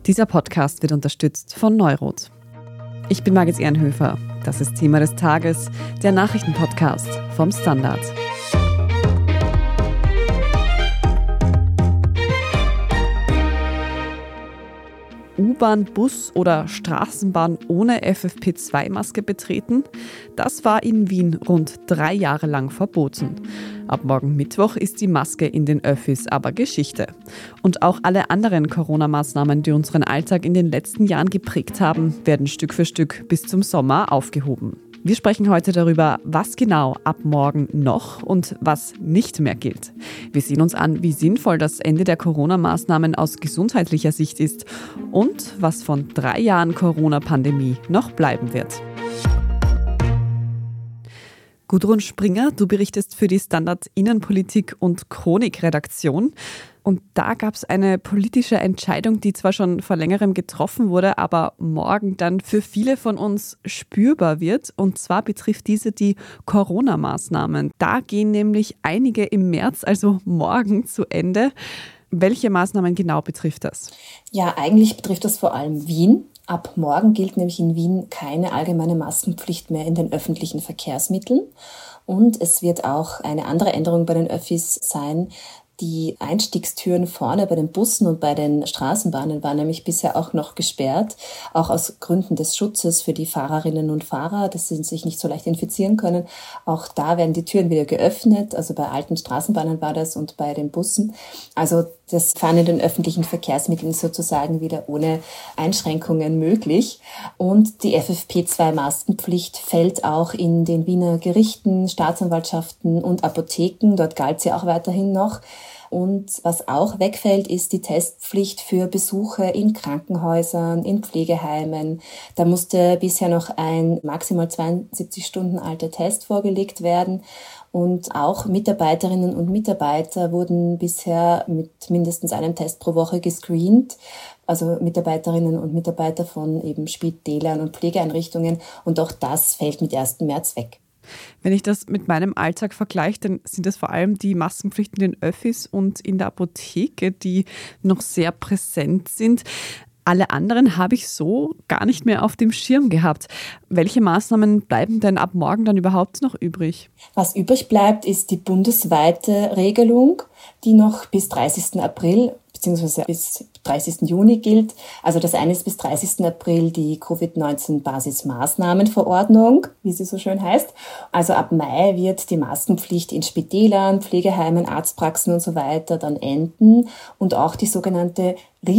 Dieser Podcast wird unterstützt von Neurot. Ich bin Margit Ehrenhöfer. Das ist Thema des Tages, der Nachrichtenpodcast vom Standard. U-Bahn, Bus oder Straßenbahn ohne FFP2-Maske betreten? Das war in Wien rund 3 Jahre lang verboten. Ab morgen Mittwoch ist die Maske in den Öffis aber Geschichte. Und auch alle anderen Corona-Maßnahmen, die unseren Alltag in den letzten Jahren geprägt haben, werden Stück für Stück bis zum Sommer aufgehoben. Wir sprechen heute darüber, was genau ab morgen noch und was nicht mehr gilt. Wir sehen uns an, wie sinnvoll das Ende der Corona-Maßnahmen aus gesundheitlicher Sicht ist und was von 3 Jahren Corona-Pandemie noch bleiben wird. Gudrun Springer, du berichtest für die Standard Innenpolitik- und Chronik-Redaktion. Und da gab es eine politische Entscheidung, die zwar schon vor längerem getroffen wurde, aber morgen dann für viele von uns spürbar wird. Und zwar betrifft diese die Corona-Maßnahmen. Da gehen nämlich einige im März, also morgen, zu Ende. Welche Maßnahmen genau betrifft das? Ja, eigentlich betrifft das vor allem Wien. Ab morgen gilt nämlich in Wien keine allgemeine Maskenpflicht mehr in den öffentlichen Verkehrsmitteln. Und es wird auch eine andere Änderung bei den Öffis sein. Die Einstiegstüren vorne bei den Bussen und bei den Straßenbahnen waren nämlich bisher auch noch gesperrt, auch aus Gründen des Schutzes für die Fahrerinnen und Fahrer, dass sie sich nicht so leicht infizieren können. Auch da werden die Türen wieder geöffnet, also bei alten Straßenbahnen war das und bei den Bussen. Also das Fahren in den öffentlichen Verkehrsmitteln ist sozusagen wieder ohne Einschränkungen möglich. Und die FFP2-Maskenpflicht fällt auch in den Wiener Gerichten, Staatsanwaltschaften und Apotheken. Dort galt sie auch weiterhin noch. Und was auch wegfällt, ist die Testpflicht für Besuche in Krankenhäusern, in Pflegeheimen. Da musste bisher noch ein maximal 72 Stunden alter Test vorgelegt werden. Und auch Mitarbeiterinnen und Mitarbeiter wurden bisher mit mindestens einem Test pro Woche gescreent. Also Mitarbeiterinnen und Mitarbeiter von eben Spitälern und Pflegeeinrichtungen. Und auch das fällt mit 1. März weg. Wenn ich das mit meinem Alltag vergleiche, dann sind das vor allem die Maskenpflichten in den Öffis und in der Apotheke, die noch sehr präsent sind. Alle anderen habe ich so gar nicht mehr auf dem Schirm gehabt. Welche Maßnahmen bleiben denn ab morgen dann überhaupt noch übrig? Was übrig bleibt, ist die bundesweite Regelung, die noch bis 30. April bzw. bis 30. Juni gilt. Also das eine ist bis 30. April die Covid-19-Basismaßnahmenverordnung, wie sie so schön heißt. Also ab Mai wird die Maskenpflicht in Spitälern, Pflegeheimen, Arztpraxen und so weiter dann enden. Und auch die sogenannte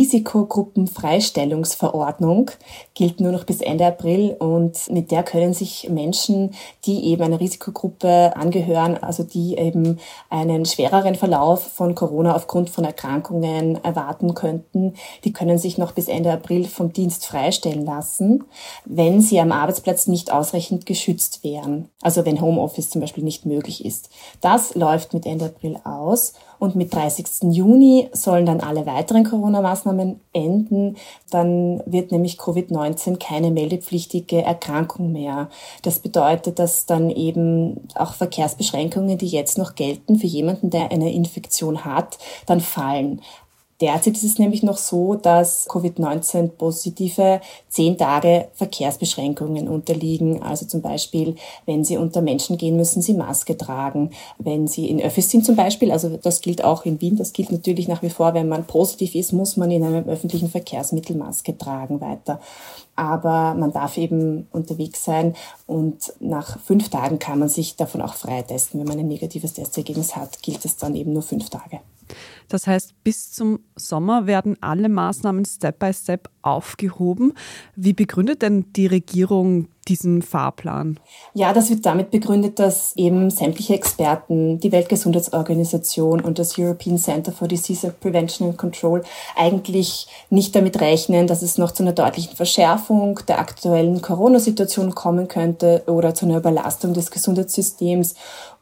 Risikogruppenfreistellungsverordnung gilt nur noch bis Ende April und mit der können sich Menschen, die eben einer Risikogruppe angehören, also die eben einen schwereren Verlauf von Corona aufgrund von Erkrankungen erwarten könnten, die können sich noch bis Ende April vom Dienst freistellen lassen, wenn sie am Arbeitsplatz nicht ausreichend geschützt wären. Also wenn Homeoffice zum Beispiel nicht möglich ist. Das läuft mit Ende April aus. Und mit 30. Juni sollen dann alle weiteren Corona-Maßnahmen enden. Dann wird nämlich Covid-19 keine meldepflichtige Erkrankung mehr. Das bedeutet, dass dann eben auch Verkehrsbeschränkungen, die jetzt noch gelten für jemanden, der eine Infektion hat, dann fallen. Derzeit ist es nämlich noch so, dass Covid-19-Positive 10 Tage Verkehrsbeschränkungen unterliegen. Also zum Beispiel, wenn sie unter Menschen gehen, müssen sie Maske tragen. Wenn sie in Öffis sind zum Beispiel, also das gilt auch in Wien, das gilt natürlich nach wie vor, wenn man positiv ist, muss man in einem öffentlichen Verkehrsmittel Maske tragen weiter. Aber man darf eben unterwegs sein und nach 5 Tagen kann man sich davon auch freitesten. Wenn man ein negatives Testergebnis hat, gilt es dann eben nur 5 Tage. Das heißt, bis zum Sommer werden alle Maßnahmen Step by Step aufgehoben. Wie begründet denn die Regierung diesen Fahrplan? Ja, das wird damit begründet, dass eben sämtliche Experten, die Weltgesundheitsorganisation und das European Center for Disease Prevention and Control eigentlich nicht damit rechnen, dass es noch zu einer deutlichen Verschärfung der aktuellen Corona-Situation kommen könnte oder zu einer Überlastung des Gesundheitssystems.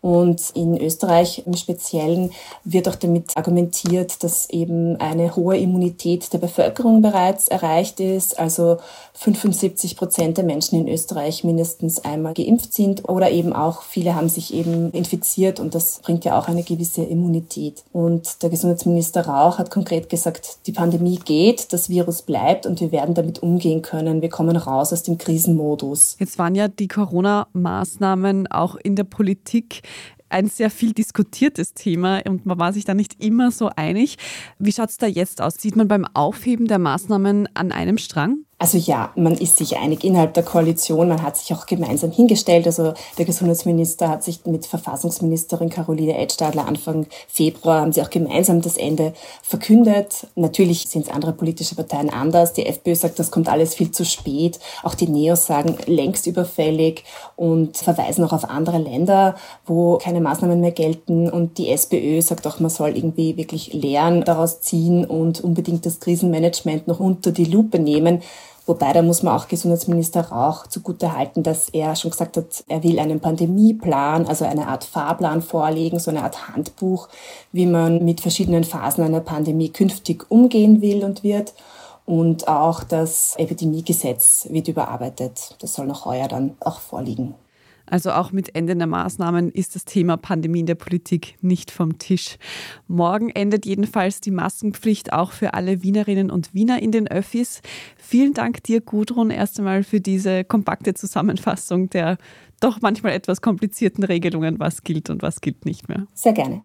Und in Österreich im Speziellen wird auch damit argumentiert, dass eben eine hohe Immunität der Bevölkerung bereits erreicht ist. Also 75% der Menschen in Österreich mindestens einmal geimpft sind oder eben auch viele haben sich eben infiziert und das bringt ja auch eine gewisse Immunität. Und der Gesundheitsminister Rauch hat konkret gesagt, die Pandemie geht, das Virus bleibt und wir werden damit umgehen können. Wir kommen raus aus dem Krisenmodus. Jetzt waren ja die Corona-Maßnahmen auch in der Politik ein sehr viel diskutiertes Thema und man war sich da nicht immer so einig. Wie schaut es da jetzt aus? Sieht man beim Aufheben der Maßnahmen an einem Strang? Also ja, man ist sich einig innerhalb der Koalition. Man hat sich auch gemeinsam hingestellt. Also der Gesundheitsminister hat sich mit Verfassungsministerin Caroline Edstadler Anfang Februar, haben sie auch gemeinsam das Ende verkündet. Natürlich sind es andere politische Parteien anders. Die FPÖ sagt, das kommt alles viel zu spät. Auch die Neos sagen, längst überfällig und verweisen auch auf andere Länder, wo keine Maßnahmen mehr gelten. Und die SPÖ sagt auch, man soll irgendwie wirklich Lehren daraus ziehen und unbedingt das Krisenmanagement noch unter die Lupe nehmen. Wobei, da muss man auch Gesundheitsminister Rauch zugutehalten, dass er schon gesagt hat, er will einen Pandemieplan, also eine Art Fahrplan vorlegen, so eine Art Handbuch, wie man mit verschiedenen Phasen einer Pandemie künftig umgehen will und wird. Und auch das Epidemiegesetz wird überarbeitet. Das soll noch heuer dann auch vorliegen. Also auch mit Ende der Maßnahmen ist das Thema Pandemie in der Politik nicht vom Tisch. Morgen endet jedenfalls die Maskenpflicht auch für alle Wienerinnen und Wiener in den Öffis. Vielen Dank dir, Gudrun, erst einmal für diese kompakte Zusammenfassung der doch manchmal etwas komplizierten Regelungen, was gilt und was gilt nicht mehr. Sehr gerne.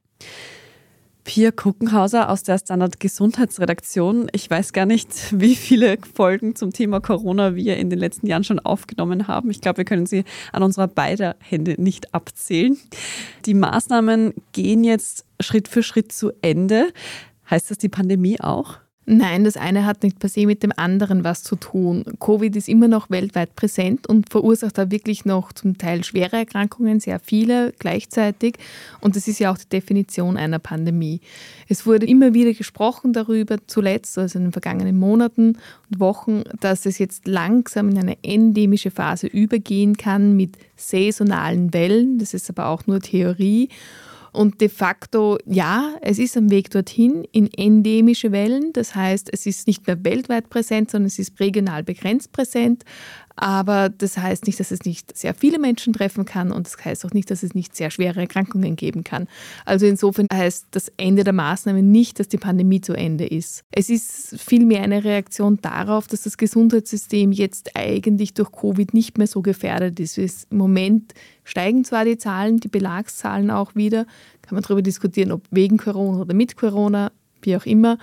Pia Kruckenhauser aus der Standard Gesundheitsredaktion. Ich weiß gar nicht, wie viele Folgen zum Thema Corona wir in den letzten Jahren schon aufgenommen haben. Ich glaube, wir können sie an unserer beider Hände nicht abzählen. Die Maßnahmen gehen jetzt Schritt für Schritt zu Ende. Heißt das die Pandemie auch? Nein, das eine hat nicht per se mit dem anderen was zu tun. Covid ist immer noch weltweit präsent und verursacht da wirklich noch zum Teil schwere Erkrankungen, sehr viele gleichzeitig. Und das ist ja auch die Definition einer Pandemie. Es wurde immer wieder gesprochen darüber, zuletzt, also in den vergangenen Monaten und Wochen, dass es jetzt langsam in eine endemische Phase übergehen kann mit saisonalen Wellen. Das ist aber auch nur Theorie. Und de facto, ja, es ist am Weg dorthin in endemische Wellen. Das heißt, es ist nicht mehr weltweit präsent, sondern es ist regional begrenzt präsent. Aber das heißt nicht, dass es nicht sehr viele Menschen treffen kann und das heißt auch nicht, dass es nicht sehr schwere Erkrankungen geben kann. Also insofern heißt das Ende der Maßnahmen nicht, dass die Pandemie zu Ende ist. Es ist vielmehr eine Reaktion darauf, dass das Gesundheitssystem jetzt eigentlich durch Covid nicht mehr so gefährdet ist. Im Moment steigen zwar die Zahlen, die Belagszahlen auch wieder, kann man darüber diskutieren, ob wegen Corona oder mit Corona, wie auch immer.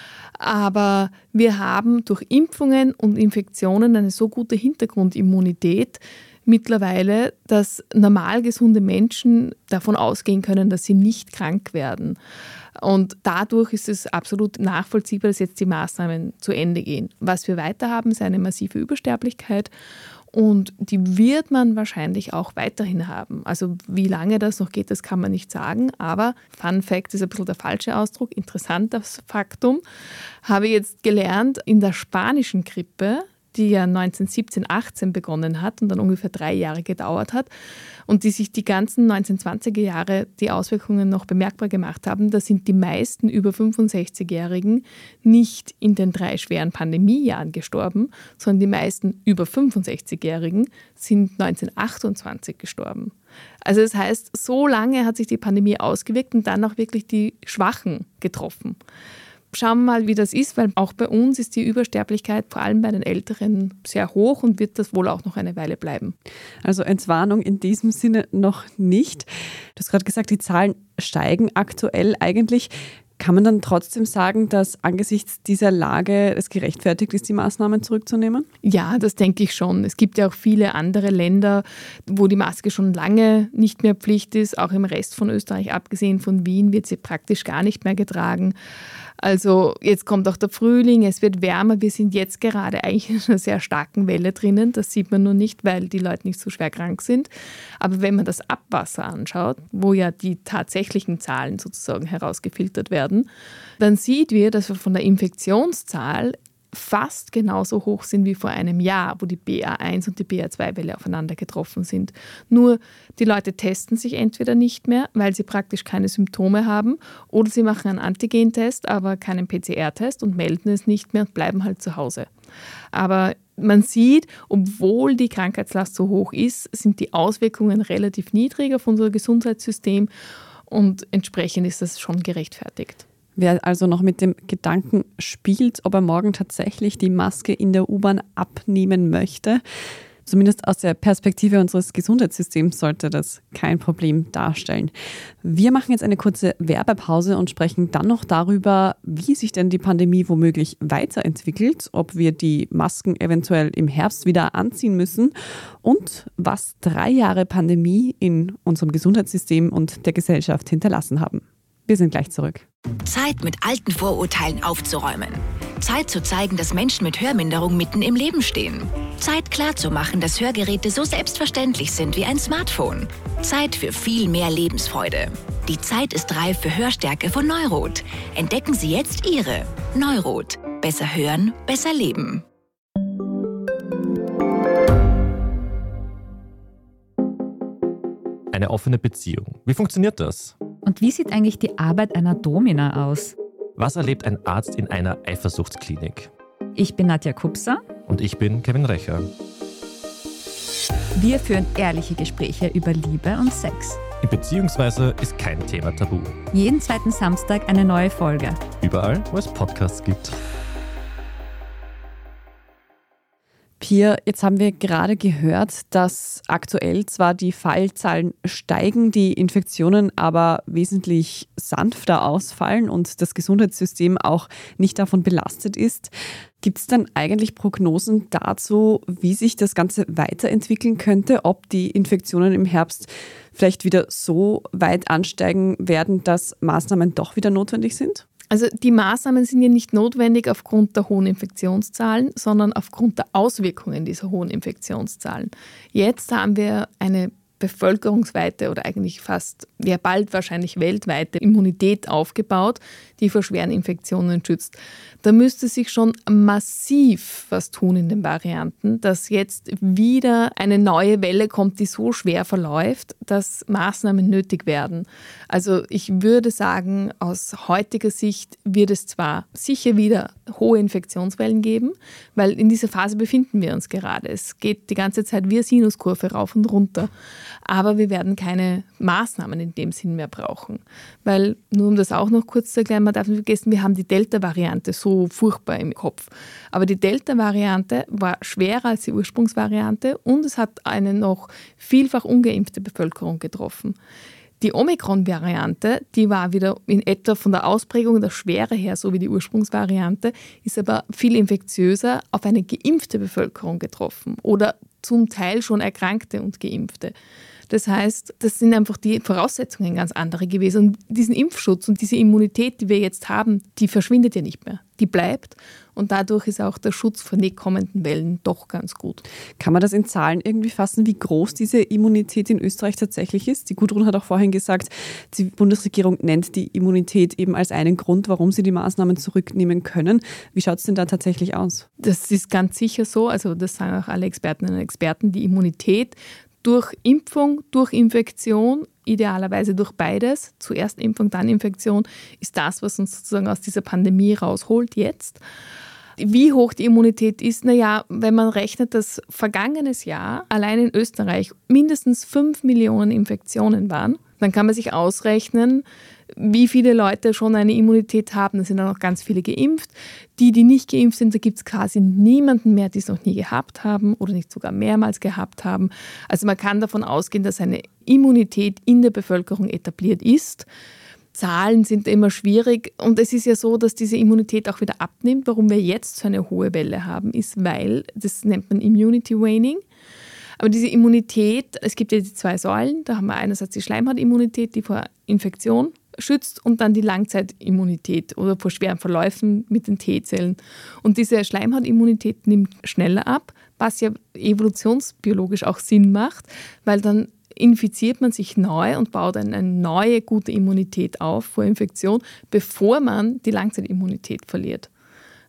Aber wir haben durch Impfungen und Infektionen eine so gute Hintergrundimmunität mittlerweile, dass normal gesunde Menschen davon ausgehen können, dass sie nicht krank werden. Und dadurch ist es absolut nachvollziehbar, dass jetzt die Maßnahmen zu Ende gehen. Was wir weiter haben, ist eine massive Übersterblichkeit. Und die wird man wahrscheinlich auch weiterhin haben. Also wie lange das noch geht, das kann man nicht sagen. Aber Fun Fact ist ein bisschen der falsche Ausdruck, interessantes Faktum, habe ich jetzt gelernt, in der spanischen Grippe, die ja 1917, 18 begonnen hat und dann ungefähr 3 Jahre gedauert hat und die sich die ganzen 1920er Jahre die Auswirkungen noch bemerkbar gemacht haben, da sind die meisten über 65-Jährigen nicht in den 3 schweren Pandemiejahren gestorben, sondern die meisten über 65-Jährigen sind 1928 gestorben. Also das heißt, so lange hat sich die Pandemie ausgewirkt und dann auch wirklich die Schwachen getroffen. Schauen wir mal, wie das ist, weil auch bei uns ist die Übersterblichkeit vor allem bei den Älteren sehr hoch und wird das wohl auch noch eine Weile bleiben. Also Entwarnung in diesem Sinne noch nicht. Du hast gerade gesagt, die Zahlen steigen aktuell eigentlich. Kann man dann trotzdem sagen, dass angesichts dieser Lage es gerechtfertigt ist, die Maßnahmen zurückzunehmen? Ja, das denke ich schon. Es gibt ja auch viele andere Länder, wo die Maske schon lange nicht mehr Pflicht ist. Auch im Rest von Österreich, abgesehen von Wien, wird sie praktisch gar nicht mehr getragen. Also jetzt kommt auch der Frühling, es wird wärmer. Wir sind jetzt gerade eigentlich in einer sehr starken Welle drinnen. Das sieht man nur nicht, weil die Leute nicht so schwer krank sind. Aber wenn man das Abwasser anschaut, wo ja die tatsächlichen Zahlen sozusagen herausgefiltert werden, dann sieht wir, dass wir von der Infektionszahl fast genauso hoch sind wie vor einem Jahr, wo die BA1 und die BA2-Welle aufeinander getroffen sind. Nur die Leute testen sich entweder nicht mehr, weil sie praktisch keine Symptome haben, oder sie machen einen Antigentest, aber keinen PCR-Test und melden es nicht mehr und bleiben halt zu Hause. Aber man sieht, obwohl die Krankheitslast so hoch ist, sind die Auswirkungen relativ niedrig auf unser Gesundheitssystem und entsprechend ist das schon gerechtfertigt. Wer also noch mit dem Gedanken spielt, ob er morgen tatsächlich die Maske in der U-Bahn abnehmen möchte, zumindest aus der Perspektive unseres Gesundheitssystems sollte das kein Problem darstellen. Wir machen jetzt eine kurze Werbepause und sprechen dann noch darüber, wie sich denn die Pandemie womöglich weiterentwickelt, ob wir die Masken eventuell im Herbst wieder anziehen müssen und was 3 Jahre Pandemie in unserem Gesundheitssystem und der Gesellschaft hinterlassen haben. Wir sind gleich zurück. Zeit, mit alten Vorurteilen aufzuräumen. Zeit zu zeigen, dass Menschen mit Hörminderung mitten im Leben stehen. Zeit klarzumachen, dass Hörgeräte so selbstverständlich sind wie ein Smartphone. Zeit für viel mehr Lebensfreude. Die Zeit ist reif für Hörstärke von Neurot. Entdecken Sie jetzt Ihre Neurot. Besser hören, besser leben. Eine offene Beziehung. Wie funktioniert das? Und wie sieht eigentlich die Arbeit einer Domina aus? Was erlebt ein Arzt in einer Eifersuchtsklinik? Ich bin Nadja Kupser. Und ich bin Kevin Recher. Wir führen ehrliche Gespräche über Liebe und Sex. In Beziehungsweise ist kein Thema tabu. Jeden zweiten Samstag eine neue Folge. Überall, wo es Podcasts gibt. Pia, jetzt haben wir gerade gehört, dass aktuell zwar die Fallzahlen steigen, die Infektionen aber wesentlich sanfter ausfallen und das Gesundheitssystem auch nicht davon belastet ist. Gibt es dann eigentlich Prognosen dazu, wie sich das Ganze weiterentwickeln könnte, ob die Infektionen im Herbst vielleicht wieder so weit ansteigen werden, dass Maßnahmen doch wieder notwendig sind? Also die Maßnahmen sind ja nicht notwendig aufgrund der hohen Infektionszahlen, sondern aufgrund der Auswirkungen dieser hohen Infektionszahlen. Jetzt haben wir eine bevölkerungsweite oder eigentlich fast, ja bald wahrscheinlich weltweite Immunität aufgebaut, die vor schweren Infektionen schützt. Da müsste sich schon massiv was tun in den Varianten, dass jetzt wieder eine neue Welle kommt, die so schwer verläuft, dass Maßnahmen nötig werden. Also ich würde sagen, aus heutiger Sicht wird es zwar sicher wieder hohe Infektionswellen geben, weil in dieser Phase befinden wir uns gerade. Es geht die ganze Zeit wie eine Sinuskurve rauf und runter. Aber wir werden keine Maßnahmen in dem Sinn mehr brauchen. Weil, nur um das auch noch kurz zu erklären, man darf nicht vergessen, wir haben die Delta-Variante so furchtbar im Kopf. Aber die Delta-Variante war schwerer als die Ursprungsvariante und es hat eine noch vielfach ungeimpfte Bevölkerung getroffen. Die Omikron-Variante, die war wieder in etwa von der Ausprägung der Schwere her, so wie die Ursprungsvariante, ist aber viel infektiöser auf eine geimpfte Bevölkerung getroffen oder zum Teil schon Erkrankte und Geimpfte. Das heißt, das sind einfach die Voraussetzungen ganz andere gewesen. Und diesen Impfschutz und diese Immunität, die wir jetzt haben, die verschwindet ja nicht mehr. Die bleibt und dadurch ist auch der Schutz vor den kommenden Wellen doch ganz gut. Kann man das in Zahlen irgendwie fassen, wie groß diese Immunität in Österreich tatsächlich ist? Die Gudrun hat auch vorhin gesagt, die Bundesregierung nennt die Immunität eben als einen Grund, warum sie die Maßnahmen zurücknehmen können. Wie schaut es denn da tatsächlich aus? Das ist ganz sicher so, also das sagen auch alle Expertinnen und Experten, die Immunität durch Impfung, durch Infektion, idealerweise durch beides, zuerst Impfung, dann Infektion, ist das, was uns sozusagen aus dieser Pandemie rausholt jetzt. Wie hoch die Immunität ist, naja, wenn man rechnet, dass vergangenes Jahr allein in Österreich mindestens 5 Millionen Infektionen waren, dann kann man sich ausrechnen, wie viele Leute schon eine Immunität haben. Da sind auch noch ganz viele geimpft. Die nicht geimpft sind, da gibt es quasi niemanden mehr, die es noch nie gehabt haben oder nicht sogar mehrmals gehabt haben. Also man kann davon ausgehen, dass eine Immunität in der Bevölkerung etabliert ist. Zahlen sind immer schwierig und es ist ja so, dass diese Immunität auch wieder abnimmt. Warum wir jetzt so eine hohe Welle haben, ist, weil, das nennt man Immunity Waning. Aber diese Immunität, es gibt ja die 2 Säulen, da haben wir einerseits die Schleimhautimmunität, die vor Infektion schützt und dann die Langzeitimmunität oder vor schweren Verläufen mit den T-Zellen. Und diese Schleimhautimmunität nimmt schneller ab, was ja evolutionsbiologisch auch Sinn macht, weil dann infiziert man sich neu und baut eine neue gute Immunität auf vor Infektion, bevor man die Langzeitimmunität verliert.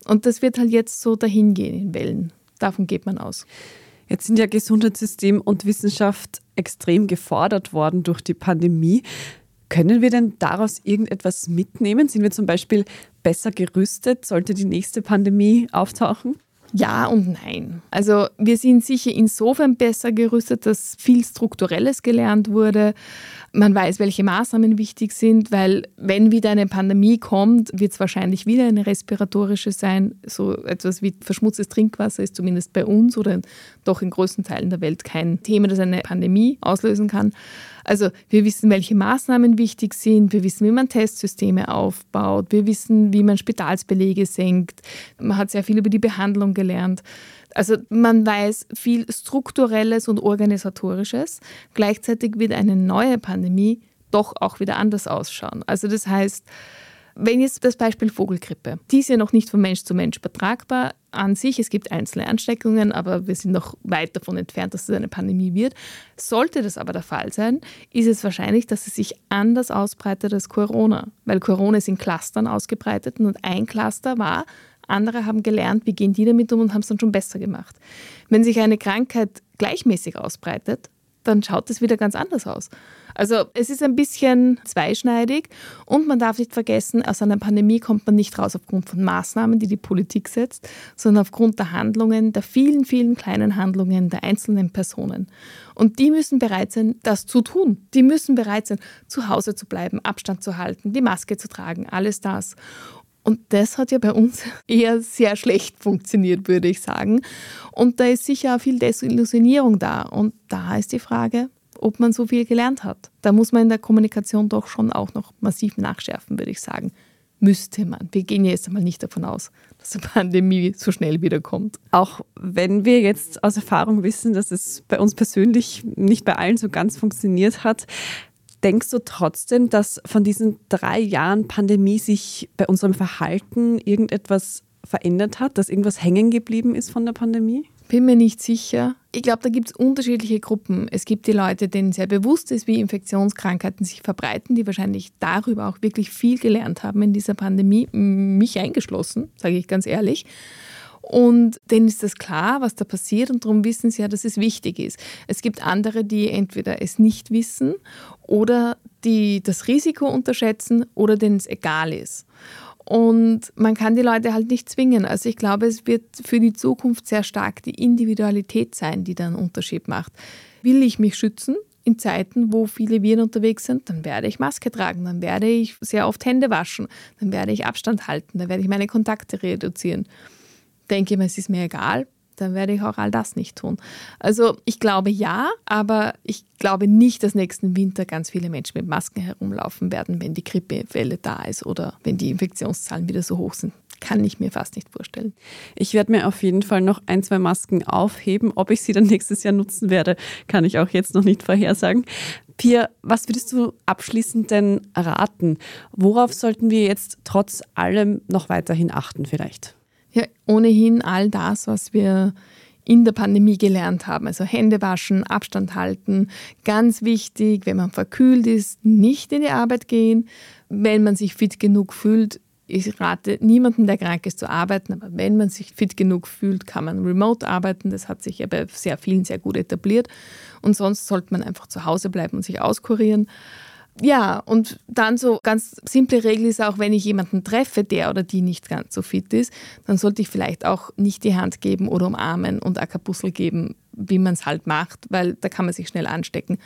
Und das wird halt jetzt so dahingehen in Wellen. Davon geht man aus. Jetzt sind ja Gesundheitssystem und Wissenschaft extrem gefordert worden durch die Pandemie. Können wir denn daraus irgendetwas mitnehmen? Sind wir zum Beispiel besser gerüstet, sollte die nächste Pandemie auftauchen? Ja und nein. Also wir sind sicher insofern besser gerüstet, dass viel Strukturelles gelernt wurde. Man weiß, welche Maßnahmen wichtig sind, weil wenn wieder eine Pandemie kommt, wird es wahrscheinlich wieder eine respiratorische sein. So etwas wie verschmutztes Trinkwasser ist zumindest bei uns oder doch in größten Teilen der Welt kein Thema, das eine Pandemie auslösen kann. Also wir wissen, welche Maßnahmen wichtig sind, wir wissen, wie man Testsysteme aufbaut, wir wissen, wie man Spitalsbelege senkt. Man hat sehr viel über die Behandlung gelernt. Also man weiß viel Strukturelles und Organisatorisches. Gleichzeitig wird eine neue Pandemie doch auch wieder anders ausschauen. Also das heißt, wenn jetzt das Beispiel Vogelgrippe, die ist ja noch nicht von Mensch zu Mensch übertragbar an sich. Es gibt einzelne Ansteckungen, aber wir sind noch weit davon entfernt, dass es eine Pandemie wird. Sollte das aber der Fall sein, ist es wahrscheinlich, dass es sich anders ausbreitet als Corona. Weil Corona ist in Clustern ausgebreitet und ein Cluster war, andere haben gelernt, wie gehen die damit um und haben es dann schon besser gemacht. Wenn sich eine Krankheit gleichmäßig ausbreitet, dann schaut es wieder ganz anders aus. Also es ist ein bisschen zweischneidig und man darf nicht vergessen, aus einer Pandemie kommt man nicht raus aufgrund von Maßnahmen, die die Politik setzt, sondern aufgrund der Handlungen, der vielen, vielen kleinen Handlungen der einzelnen Personen. Und die müssen bereit sein, das zu tun. Die müssen bereit sein, zu Hause zu bleiben, Abstand zu halten, die Maske zu tragen, alles das. Und das hat ja bei uns eher sehr schlecht funktioniert, würde ich sagen. Und da ist sicher auch viel Desillusionierung da. Und da ist die Frage, ob man so viel gelernt hat. Da muss man in der Kommunikation doch schon auch noch massiv nachschärfen, würde ich sagen. Müsste man. Wir gehen ja jetzt einmal nicht davon aus, dass die Pandemie so schnell wiederkommt. Auch wenn wir jetzt aus Erfahrung wissen, dass es bei uns persönlich nicht bei allen so ganz funktioniert hat, denkst du trotzdem, dass von diesen 3 Jahren Pandemie sich bei unserem Verhalten irgendetwas verändert hat, dass irgendwas hängen geblieben ist von der Pandemie? Bin mir nicht sicher. Ich glaube, da gibt es unterschiedliche Gruppen. Es gibt die Leute, denen sehr bewusst ist, wie Infektionskrankheiten sich verbreiten, die wahrscheinlich darüber auch wirklich viel gelernt haben in dieser Pandemie, mich eingeschlossen, sage ich ganz ehrlich. Und denen ist das klar, was da passiert und darum wissen sie ja, dass es wichtig ist. Es gibt andere, die entweder es nicht wissen oder die das Risiko unterschätzen oder denen es egal ist. Und man kann die Leute halt nicht zwingen. Also ich glaube, es wird für die Zukunft sehr stark die Individualität sein, die da einen Unterschied macht. Will ich mich schützen in Zeiten, wo viele Viren unterwegs sind, dann werde ich Maske tragen, dann werde ich sehr oft Hände waschen, dann werde ich Abstand halten, dann werde ich meine Kontakte reduzieren. Denke ich mir, es ist mir egal, dann werde ich auch all das nicht tun. Also ich glaube ja, aber ich glaube nicht, dass nächsten Winter ganz viele Menschen mit Masken herumlaufen werden, wenn die Grippewelle da ist oder wenn die Infektionszahlen wieder so hoch sind. Kann ich mir fast nicht vorstellen. Ich werde mir auf jeden Fall noch 1, 2 Masken aufheben. Ob ich sie dann nächstes Jahr nutzen werde, kann ich auch jetzt noch nicht vorhersagen. Pia, was würdest du abschließend denn raten? Worauf sollten wir jetzt trotz allem noch weiterhin achten vielleicht? Ja, ohnehin all das, was wir in der Pandemie gelernt haben. Also Hände waschen, Abstand halten. Ganz wichtig, wenn man verkühlt ist, nicht in die Arbeit gehen. Wenn man sich fit genug fühlt, ich rate niemandem, der krank ist, zu arbeiten. Aber wenn man sich fit genug fühlt, kann man remote arbeiten. Das hat sich ja bei sehr vielen sehr gut etabliert. Und sonst sollte man einfach zu Hause bleiben und sich auskurieren. Ja, und dann so ganz simple Regel ist auch, wenn ich jemanden treffe, der oder die nicht ganz so fit ist, dann sollte ich vielleicht auch nicht die Hand geben oder umarmen und ein Kapussel geben, wie man es halt macht, weil da kann man sich schnell anstecken.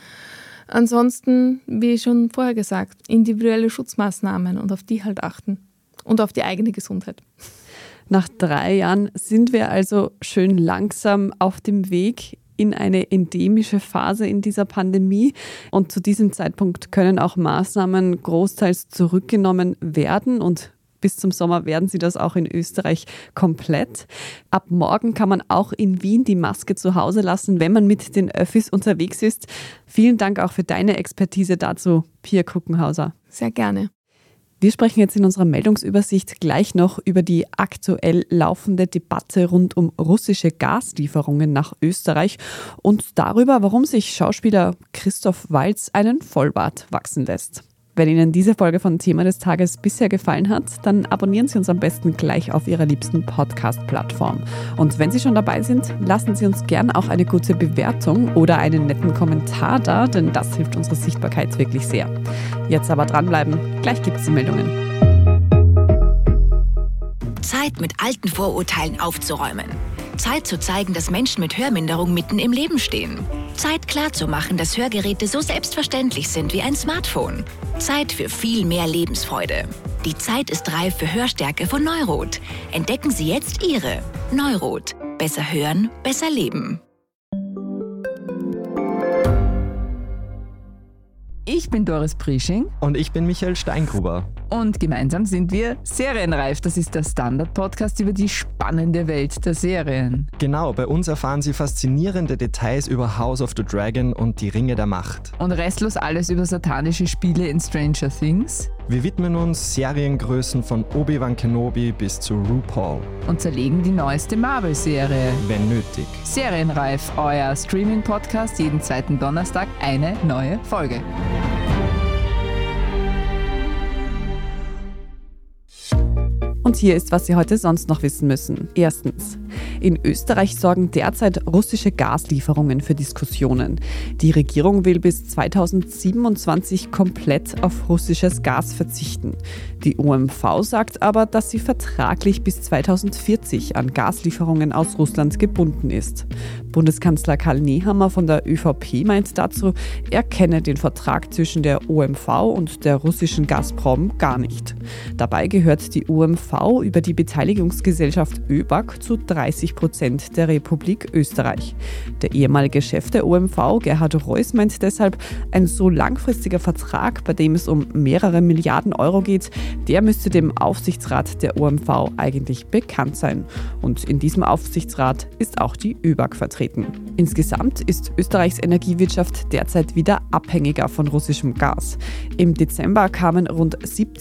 Ansonsten, wie schon vorher gesagt, individuelle Schutzmaßnahmen und auf die halt achten und auf die eigene Gesundheit. Nach 3 Jahren sind wir also schön langsam auf dem Weg in eine endemische Phase in dieser Pandemie. Und zu diesem Zeitpunkt können auch Maßnahmen großteils zurückgenommen werden und bis zum Sommer werden sie das auch in Österreich komplett. Ab morgen kann man auch in Wien die Maske zu Hause lassen, wenn man mit den Öffis unterwegs ist. Vielen Dank auch für deine Expertise dazu, Pia Kuckenhauser. Sehr gerne. Wir sprechen jetzt in unserer Meldungsübersicht gleich noch über die aktuell laufende Debatte rund um russische Gaslieferungen nach Österreich und darüber, warum sich Schauspieler Christoph Waltz einen Vollbart wachsen lässt. Wenn Ihnen diese Folge von Thema des Tages bisher gefallen hat, dann abonnieren Sie uns am besten gleich auf Ihrer liebsten Podcast-Plattform. Und wenn Sie schon dabei sind, lassen Sie uns gern auch eine gute Bewertung oder einen netten Kommentar da, denn das hilft unserer Sichtbarkeit wirklich sehr. Jetzt aber dranbleiben, gleich gibt es die Meldungen. Zeit, mit alten Vorurteilen aufzuräumen. Zeit zu zeigen, dass Menschen mit Hörminderung mitten im Leben stehen. Zeit klarzumachen, dass Hörgeräte so selbstverständlich sind wie ein Smartphone. Zeit für viel mehr Lebensfreude. Die Zeit ist reif für Hörstärke von Neurot. Entdecken Sie jetzt Ihre Neurot. Besser hören, besser leben. Ich bin Doris Prisching. Und ich bin Michael Steingruber. Und gemeinsam sind wir Serienreif. Das ist der Standard-Podcast über die spannende Welt der Serien. Genau, bei uns erfahren Sie faszinierende Details über House of the Dragon und die Ringe der Macht. Und restlos alles über satanische Spiele in Stranger Things. Wir widmen uns Seriengrößen von Obi-Wan Kenobi bis zu RuPaul. Und zerlegen die neueste Marvel-Serie. Wenn nötig. Serienreif, euer Streaming-Podcast, jeden zweiten Donnerstag eine neue Folge. Und hier ist, was Sie heute sonst noch wissen müssen. Erstens. In Österreich sorgen derzeit russische Gaslieferungen für Diskussionen. Die Regierung will bis 2027 komplett auf russisches Gas verzichten. Die OMV sagt aber, dass sie vertraglich bis 2040 an Gaslieferungen aus Russland gebunden ist. Bundeskanzler Karl Nehammer von der ÖVP meint dazu, er kenne den Vertrag zwischen der OMV und der russischen Gazprom gar nicht. Dabei gehört die OMV über die Beteiligungsgesellschaft ÖBAG zu 30% der Republik Österreich. Der ehemalige Chef der OMV, Gerhard Reuss, meint deshalb, ein so langfristiger Vertrag, bei dem es um mehrere Milliarden Euro geht, der müsste dem Aufsichtsrat der OMV eigentlich bekannt sein. Und in diesem Aufsichtsrat ist auch die ÖBAG vertreten. Insgesamt ist Österreichs Energiewirtschaft derzeit wieder abhängiger von russischem Gas. Im Dezember kamen rund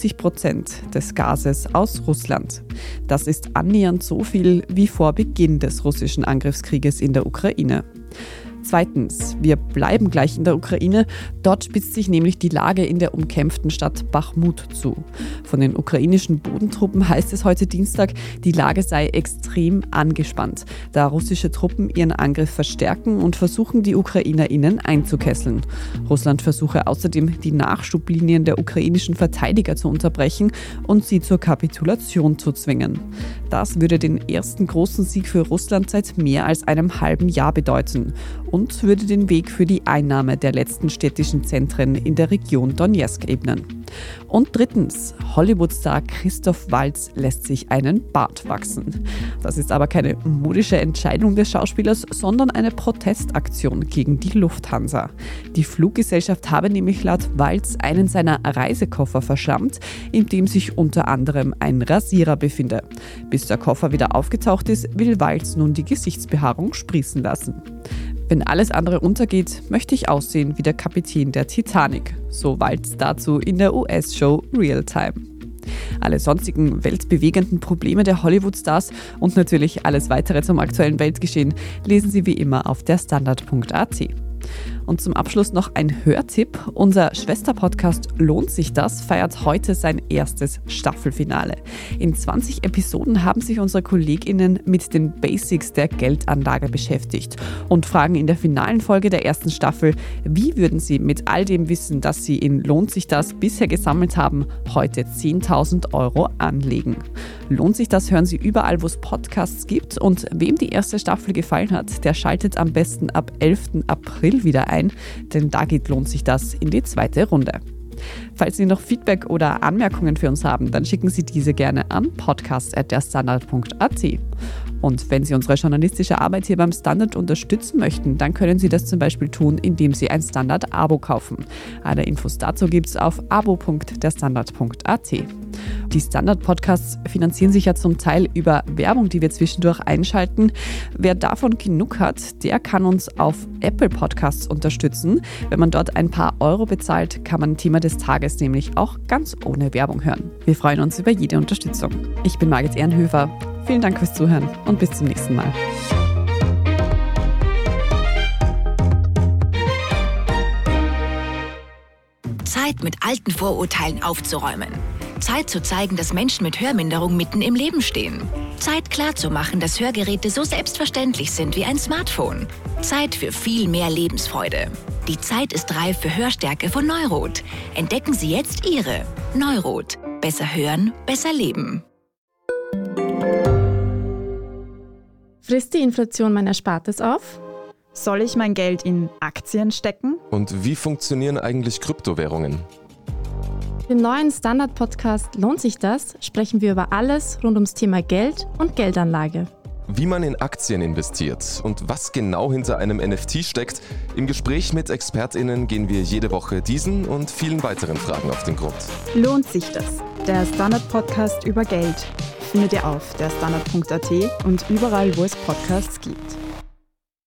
70% des Gases aus Russland. Das ist annähernd so viel wie vor Beginn des russischen Angriffskrieges in der Ukraine. Zweitens, wir bleiben gleich in der Ukraine. Dort spitzt sich nämlich die Lage in der umkämpften Stadt Bachmut zu. Von den ukrainischen Bodentruppen heißt es heute Dienstag, die Lage sei extrem angespannt, da russische Truppen ihren Angriff verstärken und versuchen, die UkrainerInnen einzukesseln. Russland versuche außerdem, die Nachschublinien der ukrainischen Verteidiger zu unterbrechen und sie zur Kapitulation zu zwingen. Das würde den ersten großen Sieg für Russland seit mehr als einem halben Jahr bedeuten und würde den Weg für die Einnahme der letzten städtischen Zentren in der Region Donezk ebnen. Und drittens, Hollywood-Star Christoph Waltz lässt sich einen Bart wachsen. Das ist aber keine modische Entscheidung des Schauspielers, sondern eine Protestaktion gegen die Lufthansa. Die Fluggesellschaft habe nämlich laut Waltz einen seiner Reisekoffer verschlammt, in dem sich unter anderem ein Rasierer befinde. Bis der Koffer wieder aufgetaucht ist, will Waltz nun die Gesichtsbehaarung sprießen lassen. Wenn alles andere untergeht, möchte ich aussehen wie der Kapitän der Titanic, so Waltz dazu in der US-Show Real Time. Alle sonstigen weltbewegenden Probleme der Hollywood-Stars und natürlich alles weitere zum aktuellen Weltgeschehen lesen Sie wie immer auf der Standard.at. Und zum Abschluss noch ein Hörtipp. Unser Schwesterpodcast Lohnt sich das feiert heute sein erstes Staffelfinale. In 20 Episoden haben sich unsere KollegInnen mit den Basics der Geldanlage beschäftigt und fragen in der finalen Folge der ersten Staffel, wie würden Sie mit all dem Wissen, das Sie in Lohnt sich das bisher gesammelt haben, heute 10.000 Euro anlegen. Lohnt sich das hören Sie überall, wo es Podcasts gibt, und wem die erste Staffel gefallen hat, der schaltet am besten ab 11. April wieder ein, denn da lohnt sich das in die zweite Runde. Falls Sie noch Feedback oder Anmerkungen für uns haben, dann schicken Sie diese gerne an podcast@derstandard.at. Und wenn Sie unsere journalistische Arbeit hier beim Standard unterstützen möchten, dann können Sie das zum Beispiel tun, indem Sie ein Standard-Abo kaufen. Alle Infos dazu gibt es auf abo.derstandard.at. Die Standard-Podcasts finanzieren sich ja zum Teil über Werbung, die wir zwischendurch einschalten. Wer davon genug hat, der kann uns auf Apple Podcasts unterstützen. Wenn man dort ein paar Euro bezahlt, kann man Thema des Tages nämlich auch ganz ohne Werbung hören. Wir freuen uns über jede Unterstützung. Ich bin Margit Ehrenhöfer. Vielen Dank fürs Zuhören und bis zum nächsten Mal. Zeit Zeit, mit alten Vorurteilen aufzuräumen. Zeit zu zeigen, dass Menschen mit Hörminderung mitten im Leben stehen. Zeit klarzumachen, dass Hörgeräte so selbstverständlich sind wie ein Smartphone. Zeit für viel mehr Lebensfreude. Die Zeit ist reif für Hörstärke von Neurot. Entdecken Sie jetzt Ihre Neurot. Besser hören, besser leben. Frisst die Inflation mein Erspartes auf? Soll ich mein Geld in Aktien stecken? Und wie funktionieren eigentlich Kryptowährungen? Im neuen Standard-Podcast Lohnt sich das? Sprechen wir über alles rund ums Thema Geld und Geldanlage. Wie man in Aktien investiert und was genau hinter einem NFT steckt. Im Gespräch mit ExpertInnen gehen wir jede Woche diesen und vielen weiteren Fragen auf den Grund. Lohnt sich das? Der Standard-Podcast über Geld findet ihr auf derstandard.at und überall, wo es Podcasts gibt.